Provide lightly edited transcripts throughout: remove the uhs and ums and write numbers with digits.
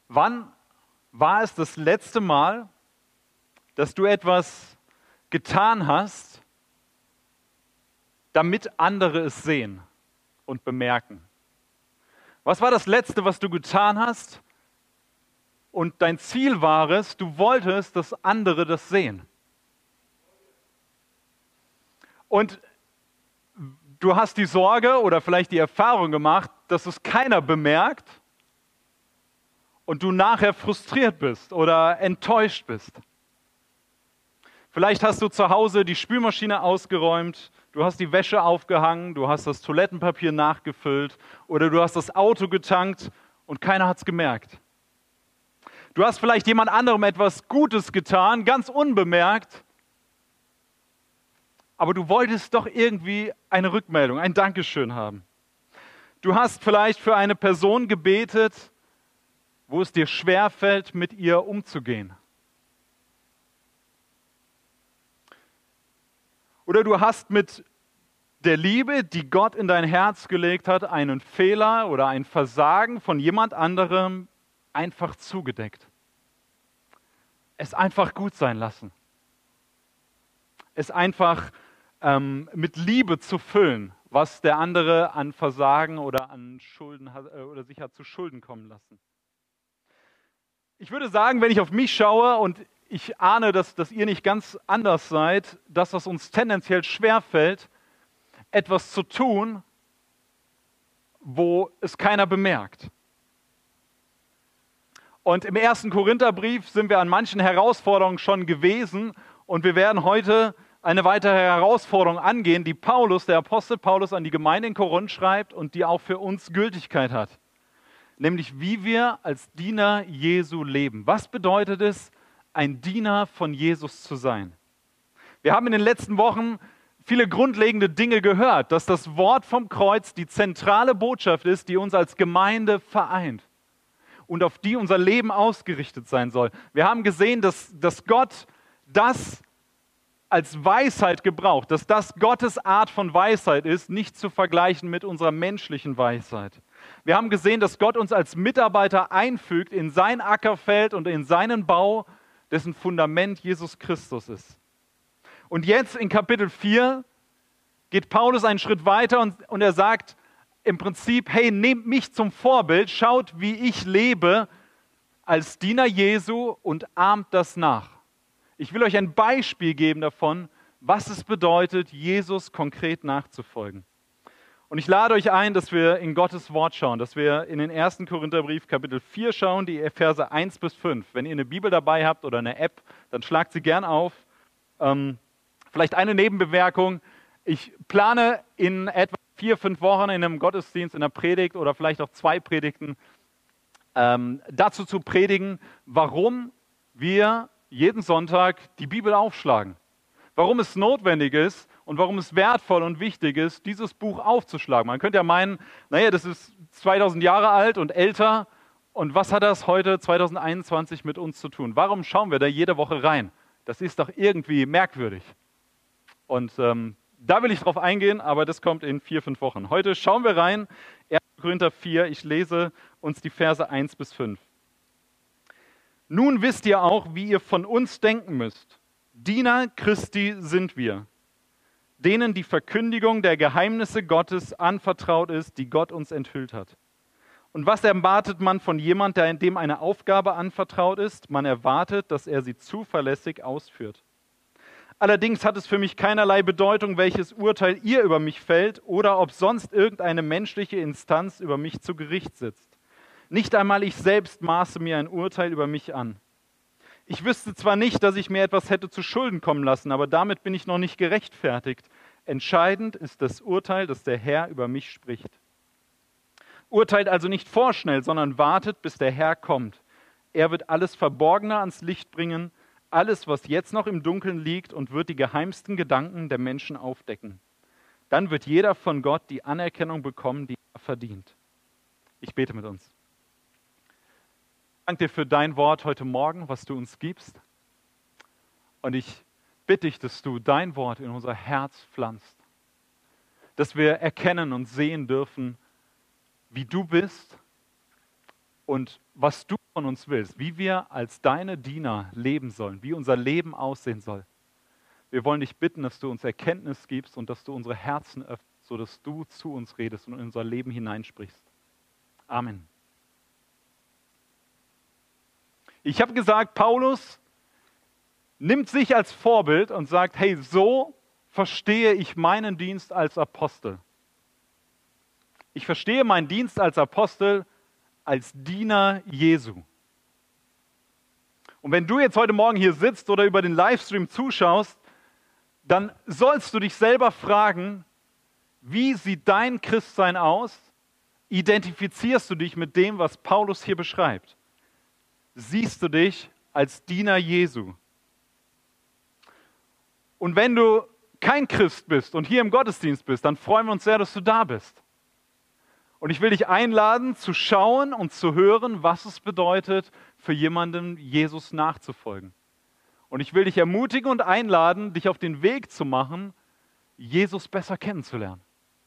Wann war es das letzte Mal, dass du etwas getan hast, damit andere es sehen und bemerken? Was war das Letzte, was du getan hast und dein Ziel war es, du wolltest, dass andere das sehen? Und du hast die Sorge oder vielleicht die Erfahrung gemacht, dass es keiner bemerkt und du nachher frustriert bist oder enttäuscht bist. Vielleicht hast du zu Hause die Spülmaschine ausgeräumt, du hast die Wäsche aufgehangen, du hast das Toilettenpapier nachgefüllt oder du hast das Auto getankt und keiner hat es gemerkt. Du hast vielleicht jemand anderem etwas Gutes getan, ganz unbemerkt, aber du wolltest doch irgendwie eine Rückmeldung, ein Dankeschön haben. Du hast vielleicht für eine Person gebetet, wo es dir schwerfällt, mit ihr umzugehen. Oder du hast mit der Liebe, die Gott in dein Herz gelegt hat, einen Fehler oder ein Versagen von jemand anderem einfach zugedeckt. Es einfach gut sein lassen. Es einfach mit Liebe zu füllen, was der andere an Versagen oder an Schulden oder sich hat zu Schulden kommen lassen. Ich würde sagen, wenn ich auf mich schaue und ich ahne, dass ihr nicht ganz anders seid, dass es uns tendenziell schwerfällt, etwas zu tun, wo es keiner bemerkt. Und im 1. Korintherbrief sind wir an manchen Herausforderungen schon gewesen und wir werden heute eine weitere Herausforderung angehen, die der Apostel Paulus an die Gemeinde in Korinth schreibt und die auch für uns Gültigkeit hat. Nämlich wie wir als Diener Jesu leben. Was bedeutet es, ein Diener von Jesus zu sein? Wir haben in den letzten Wochen viele grundlegende Dinge gehört, dass das Wort vom Kreuz die zentrale Botschaft ist, die uns als Gemeinde vereint und auf die unser Leben ausgerichtet sein soll. Wir haben gesehen, dass Gott das als Weisheit gebraucht, dass das Gottes Art von Weisheit ist, nicht zu vergleichen mit unserer menschlichen Weisheit. Wir haben gesehen, dass Gott uns als Mitarbeiter einfügt in sein Ackerfeld und in seinen Bau, dessen Fundament Jesus Christus ist. Und jetzt in Kapitel 4 geht Paulus einen Schritt weiter und er sagt im Prinzip, hey, nehmt mich zum Vorbild, schaut, wie ich lebe als Diener Jesu und ahmt das nach. Ich will euch ein Beispiel geben davon, was es bedeutet, Jesus konkret nachzufolgen. Und ich lade euch ein, dass wir in Gottes Wort schauen, dass wir in den 1. Korintherbrief Kapitel 4 schauen, die Verse 1 bis 5. Wenn ihr eine Bibel dabei habt oder eine App, dann schlagt sie gern auf. Vielleicht eine Nebenbemerkung. Ich plane in etwa 4-5 Wochen in einem Gottesdienst, in einer Predigt oder vielleicht auch 2 Predigten dazu zu predigen, warum wir jeden Sonntag die Bibel aufschlagen. Warum es notwendig ist und warum es wertvoll und wichtig ist, dieses Buch aufzuschlagen. Man könnte ja meinen, naja, das ist 2000 Jahre alt und älter und was hat das heute 2021 mit uns zu tun? Warum schauen wir da jede Woche rein? Das ist doch irgendwie merkwürdig. Und da will ich drauf eingehen, aber das kommt in 4-5 Wochen. Heute schauen wir rein, 1. Korinther 4, ich lese uns die Verse 1 bis 5. Nun wisst ihr auch, wie ihr von uns denken müsst. Diener Christi sind wir, denen die Verkündigung der Geheimnisse Gottes anvertraut ist, die Gott uns enthüllt hat. Und was erwartet man von jemand, dem eine Aufgabe anvertraut ist? Man erwartet, dass er sie zuverlässig ausführt. Allerdings hat es für mich keinerlei Bedeutung, welches Urteil ihr über mich fällt oder ob sonst irgendeine menschliche Instanz über mich zu Gericht sitzt. Nicht einmal ich selbst maße mir ein Urteil über mich an. Ich wüsste zwar nicht, dass ich mir etwas hätte zu Schulden kommen lassen, aber damit bin ich noch nicht gerechtfertigt. Entscheidend ist das Urteil, das der Herr über mich spricht. Urteilt also nicht vorschnell, sondern wartet, bis der Herr kommt. Er wird alles Verborgene ans Licht bringen, alles, was jetzt noch im Dunkeln liegt, und wird die geheimsten Gedanken der Menschen aufdecken. Dann wird jeder von Gott die Anerkennung bekommen, die er verdient. Ich bete mit uns. Ich danke dir für dein Wort heute Morgen, was du uns gibst. Und ich bitte dich, dass du dein Wort in unser Herz pflanzt. Dass wir erkennen und sehen dürfen, wie du bist und was du von uns willst, wie wir als deine Diener leben sollen, wie unser Leben aussehen soll. Wir wollen dich bitten, dass du uns Erkenntnis gibst und dass du unsere Herzen öffnest, sodass du zu uns redest und in unser Leben hineinsprichst. Amen. Ich habe gesagt, Paulus nimmt sich als Vorbild und sagt, hey, so verstehe ich meinen Dienst als Apostel. Ich verstehe meinen Dienst als Apostel als Diener Jesu. Und wenn du jetzt heute Morgen hier sitzt oder über den Livestream zuschaust, dann sollst du dich selber fragen, wie sieht dein Christsein aus? Identifizierst du dich mit dem, was Paulus hier beschreibt? Siehst du dich als Diener Jesu? Und wenn du kein Christ bist und hier im Gottesdienst bist, dann freuen wir uns sehr, dass du da bist. Und ich will dich einladen, zu schauen und zu hören, was es bedeutet, für jemanden Jesus nachzufolgen. Und ich will dich ermutigen und einladen, dich auf den Weg zu machen, Jesus besser kennenzulernen.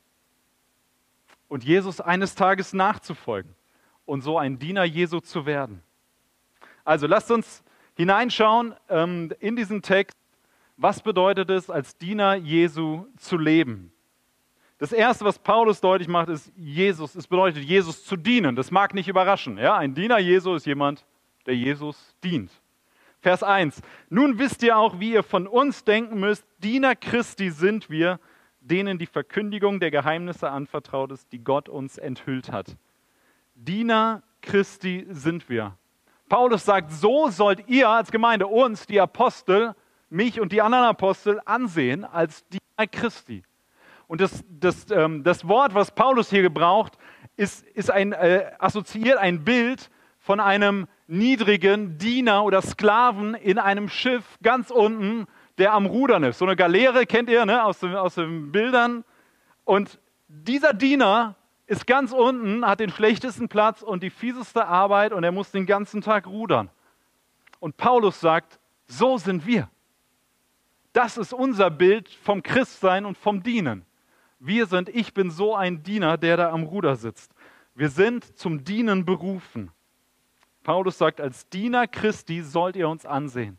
Und Jesus eines Tages nachzufolgen und so ein Diener Jesu zu werden. Also lasst uns hineinschauen in diesen Text. Was bedeutet es, als Diener Jesu zu leben? Das Erste, was Paulus deutlich macht, ist es bedeutet, Jesus zu dienen. Das mag nicht überraschen. Ja? Ein Diener Jesu ist jemand, der Jesus dient. Vers 1. Nun wisst ihr auch, wie ihr von uns denken müsst. Diener Christi sind wir, denen die Verkündigung der Geheimnisse anvertraut ist, die Gott uns enthüllt hat. Diener Christi sind wir. Paulus sagt, so sollt ihr als Gemeinde uns, die Apostel, mich und die anderen Apostel ansehen als Diener Christi. Und das Wort, was Paulus hier gebraucht, assoziiert ein Bild von einem niedrigen Diener oder Sklaven in einem Schiff ganz unten, der am Rudern ist. So eine Galeere kennt ihr, ne, aus den Bildern. Und dieser Diener ist ganz unten, hat den schlechtesten Platz und die fieseste Arbeit und er muss den ganzen Tag rudern. Und Paulus sagt, so sind wir. Das ist unser Bild vom Christsein und vom Dienen. Ich bin so ein Diener, der da am Ruder sitzt. Wir sind zum Dienen berufen. Paulus sagt, als Diener Christi sollt ihr uns ansehen.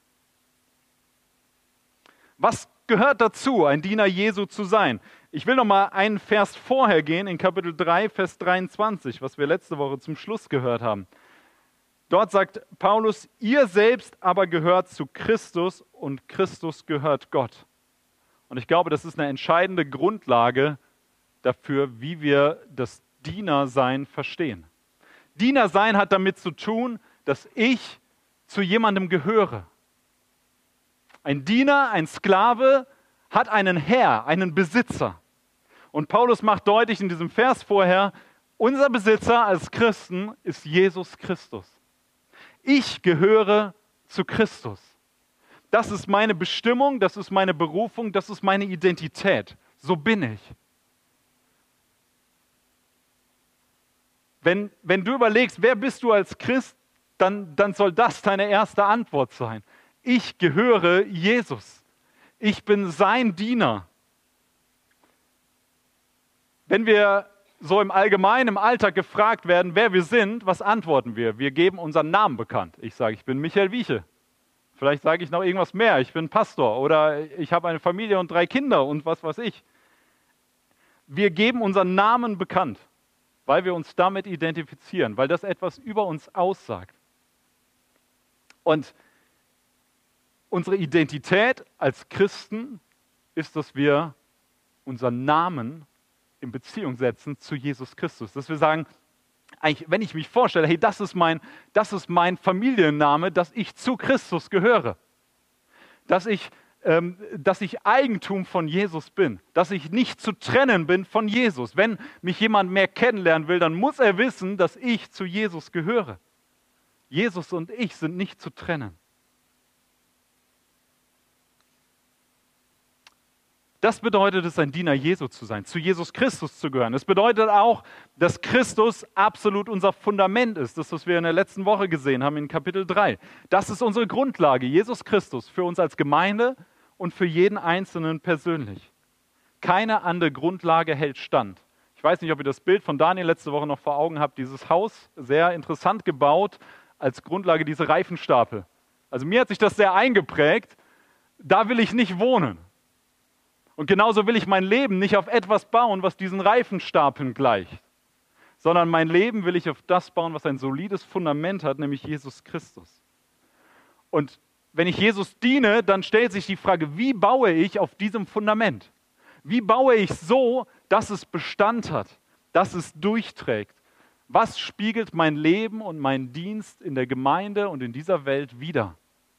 Was gehört dazu, ein Diener Jesu zu sein? Ich will noch mal einen Vers vorher gehen, in Kapitel 3, Vers 23, was wir letzte Woche zum Schluss gehört haben. Dort sagt Paulus, ihr selbst aber gehört zu Christus und Christus gehört Gott. Und ich glaube, das ist eine entscheidende Grundlage dafür, wie wir das Dienersein verstehen. Dienersein hat damit zu tun, dass ich zu jemandem gehöre. Ein Diener, ein Sklave hat einen Herr, einen Besitzer. Und Paulus macht deutlich in diesem Vers vorher, unser Besitzer als Christen ist Jesus Christus. Ich gehöre zu Christus. Das ist meine Bestimmung, das ist meine Berufung, das ist meine Identität. So bin ich. Wenn du überlegst, wer bist du als Christ, dann soll das deine erste Antwort sein. Ich gehöre Jesus. Ich bin sein Diener. Wenn wir so im Allgemeinen, im Alltag gefragt werden, wer wir sind, was antworten wir? Wir geben unseren Namen bekannt. Ich sage, ich bin Michael Wieche. Vielleicht sage ich noch irgendwas mehr. Ich bin Pastor oder ich habe eine Familie und 3 Kinder und was weiß ich. Wir geben unseren Namen bekannt, weil wir uns damit identifizieren, weil das etwas über uns aussagt. Und unsere Identität als Christen ist, dass wir unseren Namen in Beziehung setzen zu Jesus Christus. Dass wir sagen, eigentlich, wenn ich mich vorstelle, hey, das ist mein Familienname, dass ich zu Christus gehöre. Dass ich Eigentum von Jesus bin. Dass ich nicht zu trennen bin von Jesus. Wenn mich jemand mehr kennenlernen will, dann muss er wissen, dass ich zu Jesus gehöre. Jesus und ich sind nicht zu trennen. Das bedeutet es, ein Diener Jesu zu sein, zu Jesus Christus zu gehören. Es bedeutet auch, dass Christus absolut unser Fundament ist. Das, was wir in der letzten Woche gesehen haben in Kapitel 3. Das ist unsere Grundlage, Jesus Christus, für uns als Gemeinde und für jeden Einzelnen persönlich. Keine andere Grundlage hält stand. Ich weiß nicht, ob ihr das Bild von Daniel letzte Woche noch vor Augen habt. Dieses Haus, sehr interessant gebaut, als Grundlage diese Reifenstapel. Also mir hat sich das sehr eingeprägt, da will ich nicht wohnen. Und genauso will ich mein Leben nicht auf etwas bauen, was diesen Reifenstapeln gleicht, sondern mein Leben will ich auf das bauen, was ein solides Fundament hat, nämlich Jesus Christus. Und wenn ich Jesus diene, dann stellt sich die Frage, wie baue ich auf diesem Fundament? Wie baue ich so, dass es Bestand hat, dass es durchträgt? Was spiegelt mein Leben und mein Dienst in der Gemeinde und in dieser Welt wider?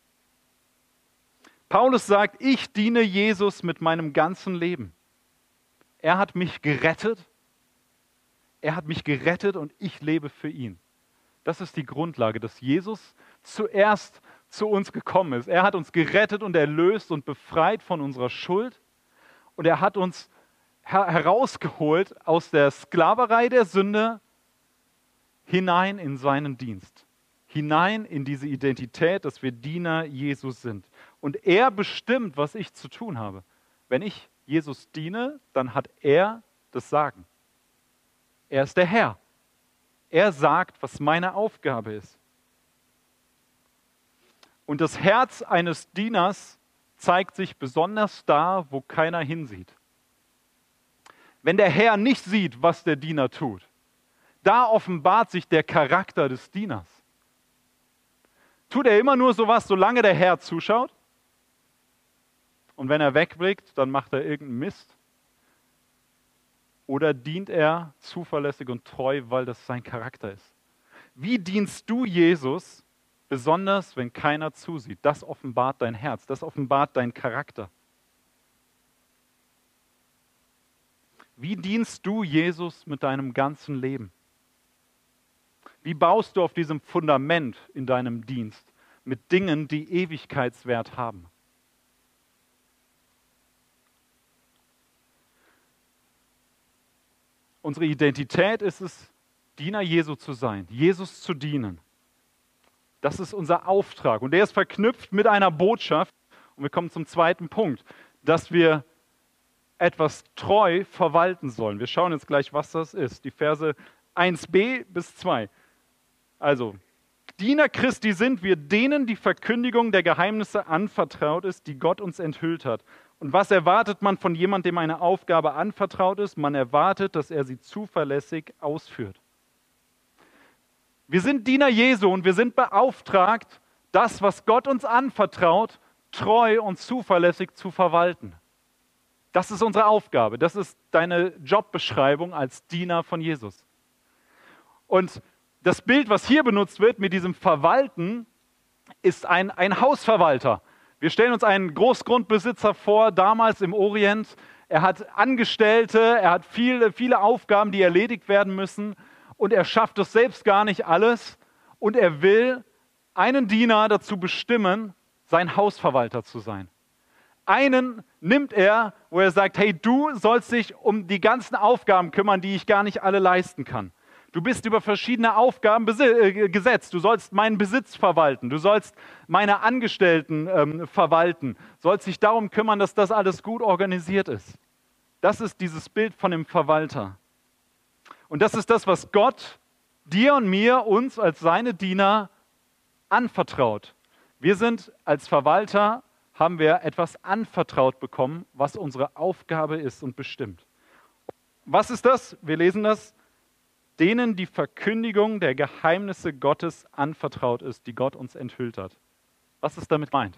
Paulus sagt, ich diene Jesus mit meinem ganzen Leben. Er hat mich gerettet. Er hat mich gerettet und ich lebe für ihn. Das ist die Grundlage, dass Jesus zuerst zu uns gekommen ist. Er hat uns gerettet und erlöst und befreit von unserer Schuld. Und er hat uns herausgeholt aus der Sklaverei der Sünde hinein in seinen Dienst. Hinein in diese Identität, dass wir Diener Jesus sind. Und er bestimmt, was ich zu tun habe. Wenn ich Jesus diene, dann hat er das Sagen. Er ist der Herr. Er sagt, was meine Aufgabe ist. Und das Herz eines Dieners zeigt sich besonders da, wo keiner hinsieht. Wenn der Herr nicht sieht, was der Diener tut, da offenbart sich der Charakter des Dieners. Tut er immer nur sowas, solange der Herr zuschaut? Und wenn er wegblickt, dann macht er irgendeinen Mist? Oder dient er zuverlässig und treu, weil das sein Charakter ist? Wie dienst du Jesus, besonders wenn keiner zusieht? Das offenbart dein Herz, das offenbart deinen Charakter. Wie dienst du Jesus mit deinem ganzen Leben? Wie baust du auf diesem Fundament in deinem Dienst mit Dingen, die Ewigkeitswert haben? Unsere Identität ist es, Diener Jesu zu sein, Jesus zu dienen. Das ist unser Auftrag und der ist verknüpft mit einer Botschaft. Und wir kommen zum zweiten Punkt, dass wir etwas treu verwalten sollen. Wir schauen jetzt gleich, was das ist. Die Verse 1b bis 2. Also, Diener Christi sind wir, denen die Verkündigung der Geheimnisse anvertraut ist, die Gott uns enthüllt hat. Und was erwartet man von jemandem, dem eine Aufgabe anvertraut ist? Man erwartet, dass er sie zuverlässig ausführt. Wir sind Diener Jesu und wir sind beauftragt, das, was Gott uns anvertraut, treu und zuverlässig zu verwalten. Das ist unsere Aufgabe. Das ist deine Jobbeschreibung als Diener von Jesus. Und das Bild, was hier benutzt wird mit diesem Verwalten, ist ein Hausverwalter. Wir stellen uns einen Großgrundbesitzer vor, damals im Orient. Er hat Angestellte, er hat viele Aufgaben, die erledigt werden müssen. Und er schafft es selbst gar nicht alles. Und er will einen Diener dazu bestimmen, sein Hausverwalter zu sein. Einen nimmt er, wo er sagt, hey, du sollst dich um die ganzen Aufgaben kümmern, die ich gar nicht alle leisten kann. Du bist über verschiedene Aufgaben gesetzt. Du sollst meinen Besitz verwalten. Du sollst meine Angestellten verwalten. Sollst dich darum kümmern, dass das alles gut organisiert ist. Das ist dieses Bild von dem Verwalter. Und das ist das, was Gott dir und mir, uns als seine Diener anvertraut. Wir sind als Verwalter, haben wir etwas anvertraut bekommen, was unsere Aufgabe ist und bestimmt. Was ist das? Wir lesen das. Denen die Verkündigung der Geheimnisse Gottes anvertraut ist, die Gott uns enthüllt hat. Was ist damit gemeint?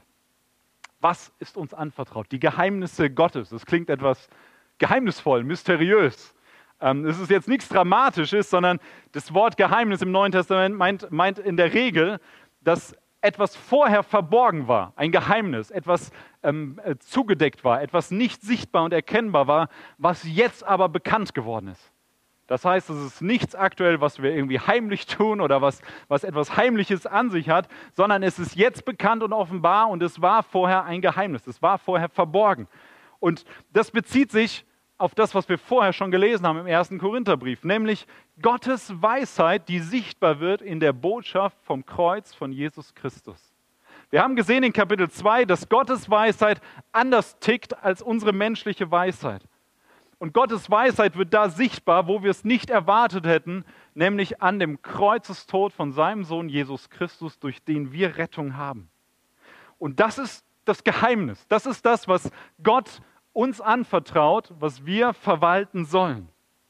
Was ist uns anvertraut? Die Geheimnisse Gottes. Das klingt etwas geheimnisvoll, mysteriös. Es ist jetzt nichts Dramatisches, sondern das Wort Geheimnis im Neuen Testament meint in der Regel, dass etwas vorher verborgen war, ein Geheimnis, etwas zugedeckt war, etwas nicht sichtbar und erkennbar war, was jetzt aber bekannt geworden ist. Das heißt, es ist nichts aktuell, was wir irgendwie heimlich tun oder was etwas Heimliches an sich hat, sondern es ist jetzt bekannt und offenbar und es war vorher ein Geheimnis, es war vorher verborgen. Und das bezieht sich auf das, was wir vorher schon gelesen haben im 1. Korintherbrief, nämlich Gottes Weisheit, die sichtbar wird in der Botschaft vom Kreuz von Jesus Christus. Wir haben gesehen in Kapitel 2, dass Gottes Weisheit anders tickt als unsere menschliche Weisheit. Und Gottes Weisheit wird da sichtbar, wo wir es nicht erwartet hätten, nämlich an dem Kreuzestod von seinem Sohn Jesus Christus, durch den wir Rettung haben. Und das ist das Geheimnis. Das ist das, was Gott uns anvertraut, was wir verwalten sollen.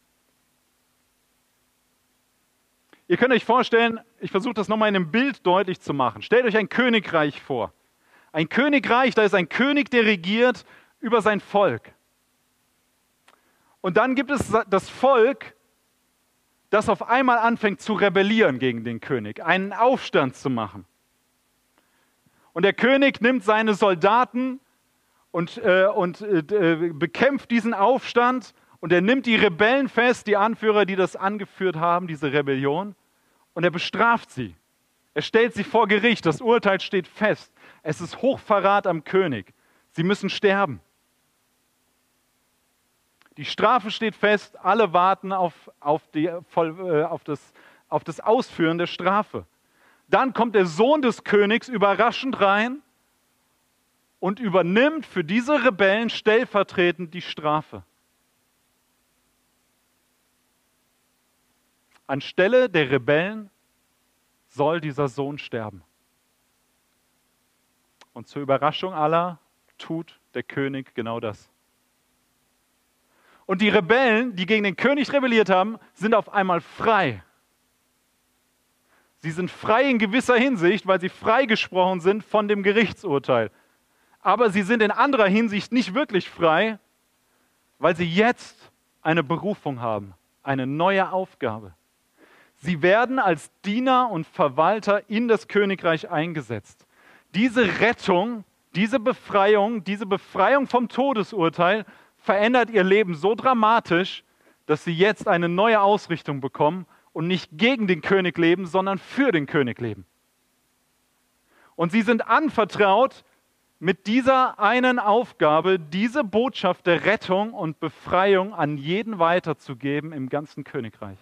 Ihr könnt euch vorstellen, ich versuche das nochmal in einem Bild deutlich zu machen. Stellt euch ein Königreich vor. Ein Königreich, da ist ein König, der regiert über sein Volk. Und dann gibt es das Volk, das auf einmal anfängt zu rebellieren gegen den König, einen Aufstand zu machen. Und der König nimmt seine Soldaten und bekämpft diesen Aufstand und er nimmt die Rebellen fest, die Anführer, die das angeführt haben, diese Rebellion, und er bestraft sie. Er stellt sie vor Gericht, das Urteil steht fest. Es ist Hochverrat am König. Sie müssen sterben. Die Strafe steht fest, alle warten auf das Ausführen der Strafe. Dann kommt der Sohn des Königs überraschend rein und übernimmt für diese Rebellen stellvertretend die Strafe. Anstelle der Rebellen soll dieser Sohn sterben. Und zur Überraschung aller tut der König genau das. Und die Rebellen, die gegen den König rebelliert haben, sind auf einmal frei. Sie sind frei in gewisser Hinsicht, weil sie freigesprochen sind von dem Gerichtsurteil. Aber sie sind in anderer Hinsicht nicht wirklich frei, weil sie jetzt eine Berufung haben, eine neue Aufgabe. Sie werden als Diener und Verwalter in das Königreich eingesetzt. Diese Rettung, diese Befreiung vom Todesurteil verändert ihr Leben so dramatisch, dass sie jetzt eine neue Ausrichtung bekommen und nicht gegen den König leben, sondern für den König leben. Und sie sind anvertraut mit dieser einen Aufgabe, diese Botschaft der Rettung und Befreiung an jeden weiterzugeben im ganzen Königreich.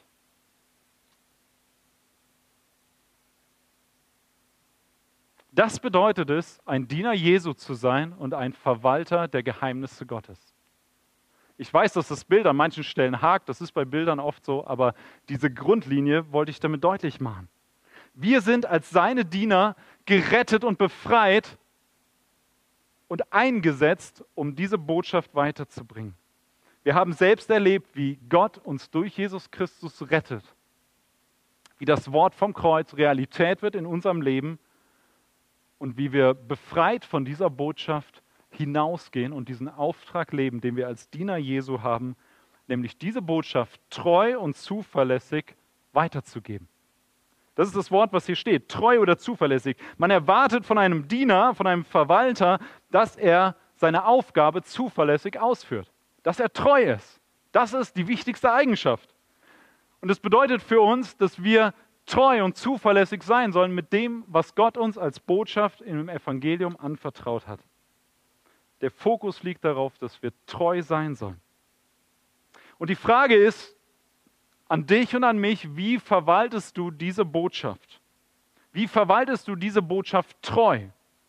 Das bedeutet es, ein Diener Jesu zu sein und ein Verwalter der Geheimnisse Gottes. Ich weiß, dass das Bild an manchen Stellen hakt, das ist bei Bildern oft so, aber diese Grundlinie wollte ich damit deutlich machen. Wir sind als seine Diener gerettet und befreit und eingesetzt, um diese Botschaft weiterzubringen. Wir haben selbst erlebt, wie Gott uns durch Jesus Christus rettet, wie das Wort vom Kreuz Realität wird in unserem Leben und wie wir befreit von dieser Botschaft hinausgehen und diesen Auftrag leben, den wir als Diener Jesu haben, nämlich diese Botschaft treu und zuverlässig weiterzugeben. Das ist das Wort, was hier steht, treu oder zuverlässig. Man erwartet von einem Diener, von einem Verwalter, dass er seine Aufgabe zuverlässig ausführt, dass er treu ist. Das ist die wichtigste Eigenschaft. Und das bedeutet für uns, dass wir treu und zuverlässig sein sollen mit dem, was Gott uns als Botschaft im Evangelium anvertraut hat. Der Fokus liegt darauf, dass wir treu sein sollen. Und die Frage ist an dich und an mich, wie verwaltest du diese Botschaft? Wie verwaltest du diese Botschaft treu?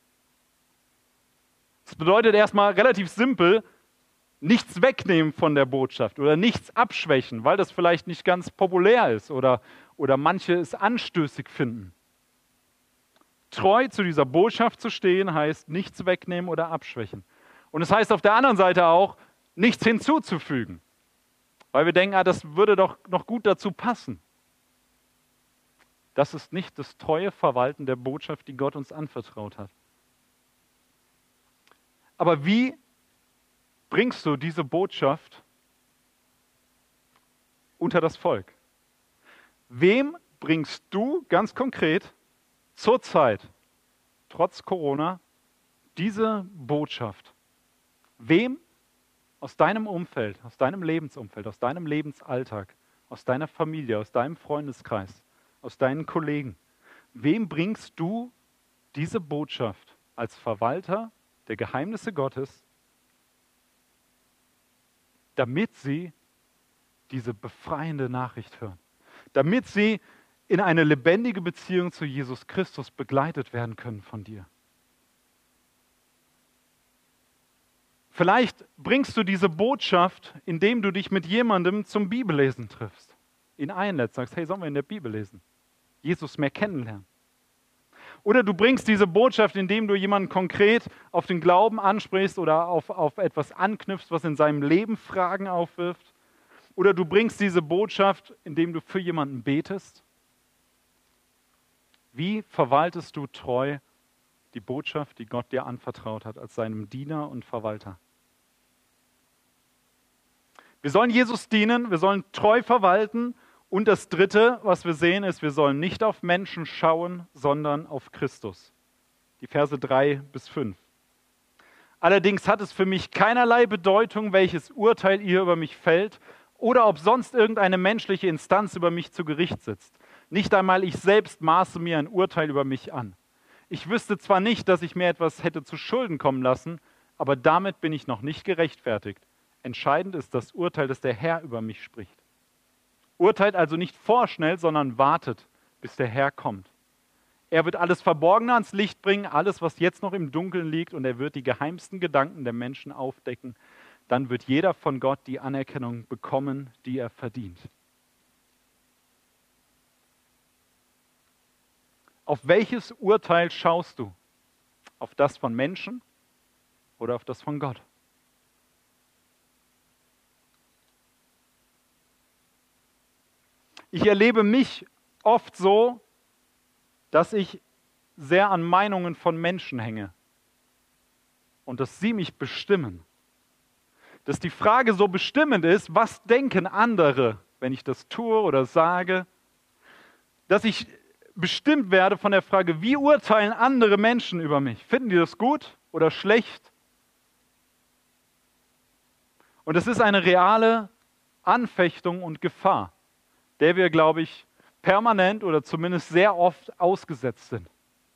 Das bedeutet erstmal relativ simpel, nichts wegnehmen von der Botschaft oder nichts abschwächen, weil das vielleicht nicht ganz populär ist oder manche es anstößig finden. Treu zu dieser Botschaft zu stehen, heißt nichts wegnehmen oder abschwächen. Und es heißt auf der anderen Seite auch, nichts hinzuzufügen. Weil wir denken, das würde doch noch gut dazu passen. Das ist nicht das treue Verwalten der Botschaft, die Gott uns anvertraut hat. Aber wie bringst du diese Botschaft unter das Volk? Wem bringst du ganz konkret zurzeit, trotz Corona, diese Botschaft? Wem aus deinem Umfeld, aus deinem Lebensumfeld, aus deinem Lebensalltag, aus deiner Familie, aus deinem Freundeskreis, aus deinen Kollegen, wem bringst du diese Botschaft als Verwalter der Geheimnisse Gottes, damit sie diese befreiende Nachricht hören, damit sie in eine lebendige Beziehung zu Jesus Christus begleitet werden können von dir? Vielleicht bringst du diese Botschaft, indem du dich mit jemandem zum Bibellesen triffst, ihn einlädst, sagst, hey, sollen wir in der Bibel lesen? Jesus mehr kennenlernen. Oder du bringst diese Botschaft, indem du jemanden konkret auf den Glauben ansprichst oder auf etwas anknüpfst, was in seinem Leben Fragen aufwirft. Oder du bringst diese Botschaft, indem du für jemanden betest. Wie verwaltest du treu die Botschaft, die Gott dir anvertraut hat, als seinem Diener und Verwalter? Wir sollen Jesus dienen, wir sollen treu verwalten. Und das Dritte, was wir sehen, ist, wir sollen nicht auf Menschen schauen, sondern auf Christus. Die Verse 3 bis 5. Allerdings hat es für mich keinerlei Bedeutung, welches Urteil ihr über mich fällt oder ob sonst irgendeine menschliche Instanz über mich zu Gericht sitzt. Nicht einmal ich selbst maße mir ein Urteil über mich an. Ich wüsste zwar nicht, dass ich mir etwas hätte zu Schulden kommen lassen, aber damit bin ich noch nicht gerechtfertigt. Entscheidend ist das Urteil, das der Herr über mich spricht. Urteilt also nicht vorschnell, sondern wartet, bis der Herr kommt. Er wird alles Verborgene ans Licht bringen, alles, was jetzt noch im Dunkeln liegt, und er wird die geheimsten Gedanken der Menschen aufdecken. Dann wird jeder von Gott die Anerkennung bekommen, die er verdient. Auf welches Urteil schaust du? Auf das von Menschen oder auf das von Gott? Ich erlebe mich oft so, dass ich sehr an Meinungen von Menschen hänge und dass sie mich bestimmen. Dass die Frage so bestimmend ist, was denken andere, wenn ich das tue oder sage, dass ich bestimmt werde von der Frage, wie urteilen andere Menschen über mich? Finden die das gut oder schlecht? Und es ist eine reale Anfechtung und Gefahr, der wir, glaube ich, permanent oder zumindest sehr oft ausgesetzt sind.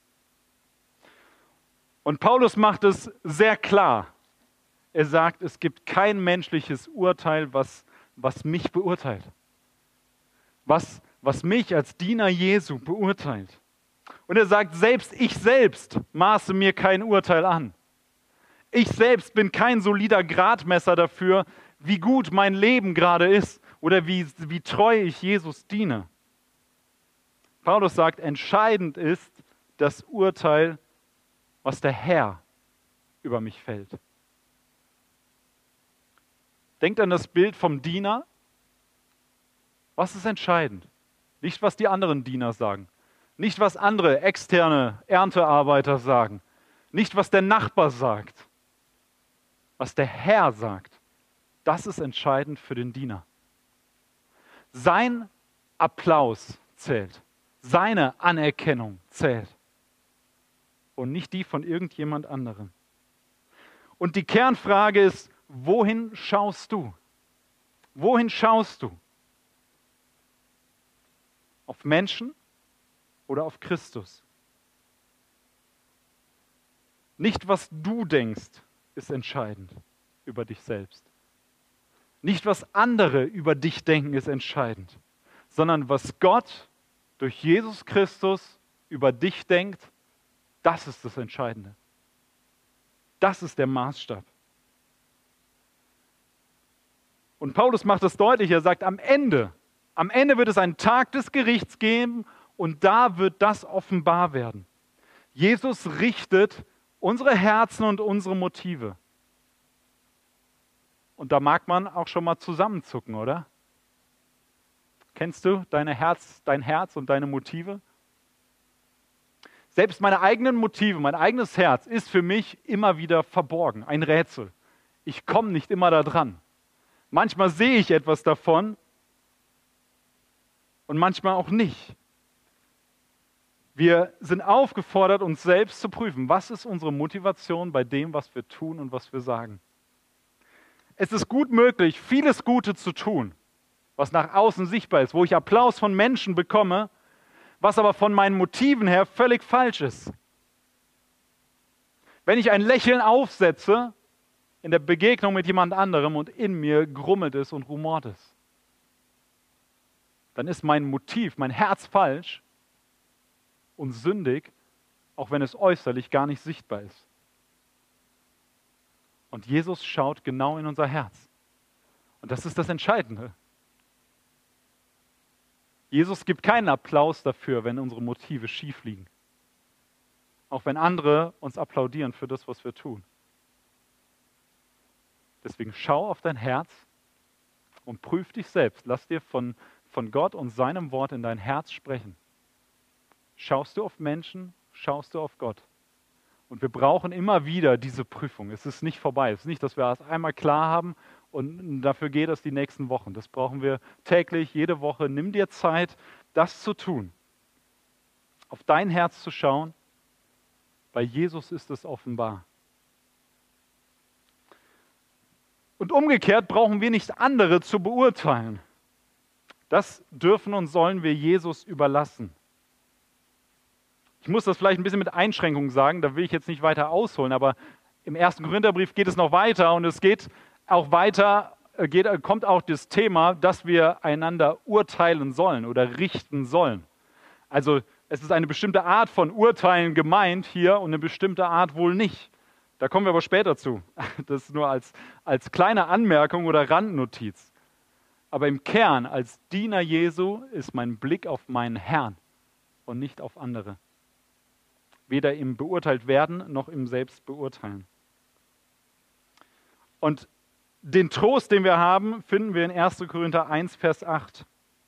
Und Paulus macht es sehr klar. Er sagt, es gibt kein menschliches Urteil, was mich beurteilt. Was mich als Diener Jesu beurteilt. Und er sagt, selbst ich selbst maße mir kein Urteil an. Ich selbst bin kein solider Gradmesser dafür, wie gut mein Leben gerade ist oder wie treu ich Jesus diene. Paulus sagt, entscheidend ist das Urteil, was der Herr über mich fällt. Denkt an das Bild vom Diener. Was ist entscheidend? Nicht, was die anderen Diener sagen. Nicht, was andere externe Erntearbeiter sagen. Nicht, was der Nachbar sagt. Was der Herr sagt. Das ist entscheidend für den Diener. Sein Applaus zählt. Seine Anerkennung zählt. Und nicht die von irgendjemand anderem. Und die Kernfrage ist, wohin schaust du? Wohin schaust du? Auf Menschen oder auf Christus? Nicht, was du denkst, ist entscheidend über dich selbst. Nicht, was andere über dich denken, ist entscheidend, sondern was Gott durch Jesus Christus über dich denkt, das ist das Entscheidende. Das ist der Maßstab. Und Paulus macht das deutlich, er sagt, am Ende wird es einen Tag des Gerichts geben und da wird das offenbar werden. Jesus richtet unsere Herzen und unsere Motive. Und da mag man auch schon mal zusammenzucken, oder? Kennst du dein Herz und deine Motive? Selbst meine eigenen Motive, mein eigenes Herz ist für mich immer wieder verborgen, ein Rätsel. Ich komme nicht immer da dran. Manchmal sehe ich etwas davon und manchmal auch nicht. Wir sind aufgefordert, uns selbst zu prüfen, was ist unsere Motivation bei dem, was wir tun und was wir sagen. Es ist gut möglich, vieles Gute zu tun, was nach außen sichtbar ist, wo ich Applaus von Menschen bekomme, was aber von meinen Motiven her völlig falsch ist. Wenn ich ein Lächeln aufsetze in der Begegnung mit jemand anderem und in mir grummelt es und rumort es, dann ist mein Motiv, mein Herz falsch und sündig, auch wenn es äußerlich gar nicht sichtbar ist. Und Jesus schaut genau in unser Herz. Und das ist das Entscheidende. Jesus gibt keinen Applaus dafür, wenn unsere Motive schief liegen. Auch wenn andere uns applaudieren für das, was wir tun. Deswegen schau auf dein Herz und prüf dich selbst. Lass dir von Gott und seinem Wort in dein Herz sprechen. Schaust du auf Menschen, schaust du auf Gott. Und wir brauchen immer wieder diese Prüfung. Es ist nicht vorbei. Es ist nicht, dass wir es einmal klar haben und dafür geht es die nächsten Wochen. Das brauchen wir täglich, jede Woche. Nimm dir Zeit, das zu tun. Auf dein Herz zu schauen. Bei Jesus ist es offenbar. Und umgekehrt brauchen wir nicht andere zu beurteilen. Das dürfen und sollen wir Jesus überlassen. Ich muss das vielleicht ein bisschen mit Einschränkungen sagen, da will ich jetzt nicht weiter ausholen, aber im 1. Korintherbrief geht es noch weiter und es geht auch weiter, kommt auch das Thema, dass wir einander urteilen sollen oder richten sollen. Also es ist eine bestimmte Art von Urteilen gemeint hier und eine bestimmte Art wohl nicht. Da kommen wir aber später zu. Das ist nur als kleine Anmerkung oder Randnotiz. Aber im Kern, als Diener Jesu, ist mein Blick auf meinen Herrn und nicht auf andere. Weder im beurteilt werden, noch im selbst beurteilen. Und den Trost, den wir haben, finden wir in 1. Korinther 1, Vers 8.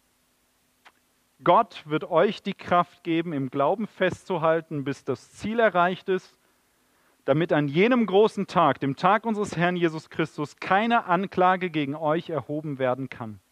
Gott wird euch die Kraft geben, im Glauben festzuhalten, bis das Ziel erreicht ist, damit an jenem großen Tag, dem Tag unseres Herrn Jesus Christus, keine Anklage gegen euch erhoben werden kann.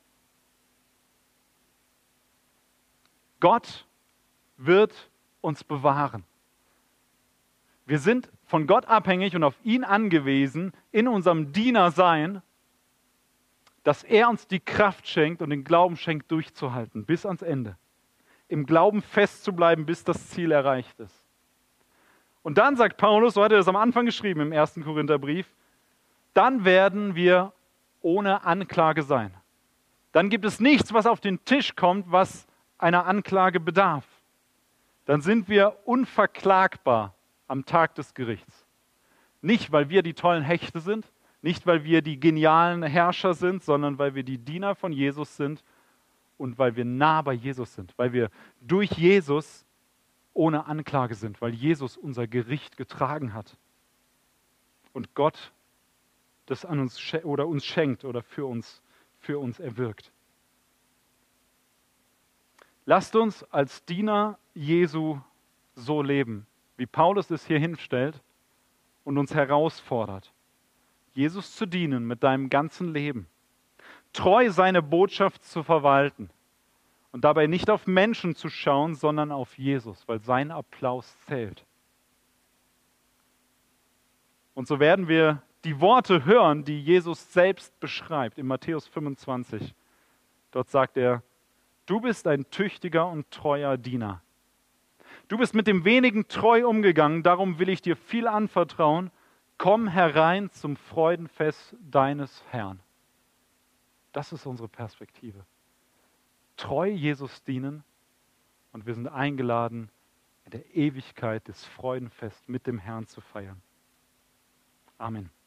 Gott wird uns bewahren. Wir sind von Gott abhängig und auf ihn angewiesen, in unserem Dienersein, dass er uns die Kraft schenkt und den Glauben schenkt, durchzuhalten bis ans Ende. Im Glauben festzubleiben, bis das Ziel erreicht ist. Und dann sagt Paulus, so hat er das am Anfang geschrieben im 1. Korintherbrief, dann werden wir ohne Anklage sein. Dann gibt es nichts, was auf den Tisch kommt, was einer Anklage bedarf. Dann sind wir unverklagbar am Tag des Gerichts. Nicht, weil wir die tollen Hechte sind, nicht, weil wir die genialen Herrscher sind, sondern weil wir die Diener von Jesus sind und weil wir nah bei Jesus sind, weil wir durch Jesus ohne Anklage sind, weil Jesus unser Gericht getragen hat und Gott das an uns oder uns schenkt oder für uns erwirkt. Lasst uns als Diener Jesu so leben, wie Paulus es hier hinstellt und uns herausfordert, Jesus zu dienen mit deinem ganzen Leben, treu seine Botschaft zu verwalten und dabei nicht auf Menschen zu schauen, sondern auf Jesus, weil sein Applaus zählt. Und so werden wir die Worte hören, die Jesus selbst beschreibt in Matthäus 25. Dort sagt er, du bist ein tüchtiger und treuer Diener. Du bist mit dem Wenigen treu umgegangen, darum will ich dir viel anvertrauen. Komm herein zum Freudenfest deines Herrn. Das ist unsere Perspektive. Treu Jesus dienen und wir sind eingeladen, in der Ewigkeit das Freudenfest mit dem Herrn zu feiern. Amen.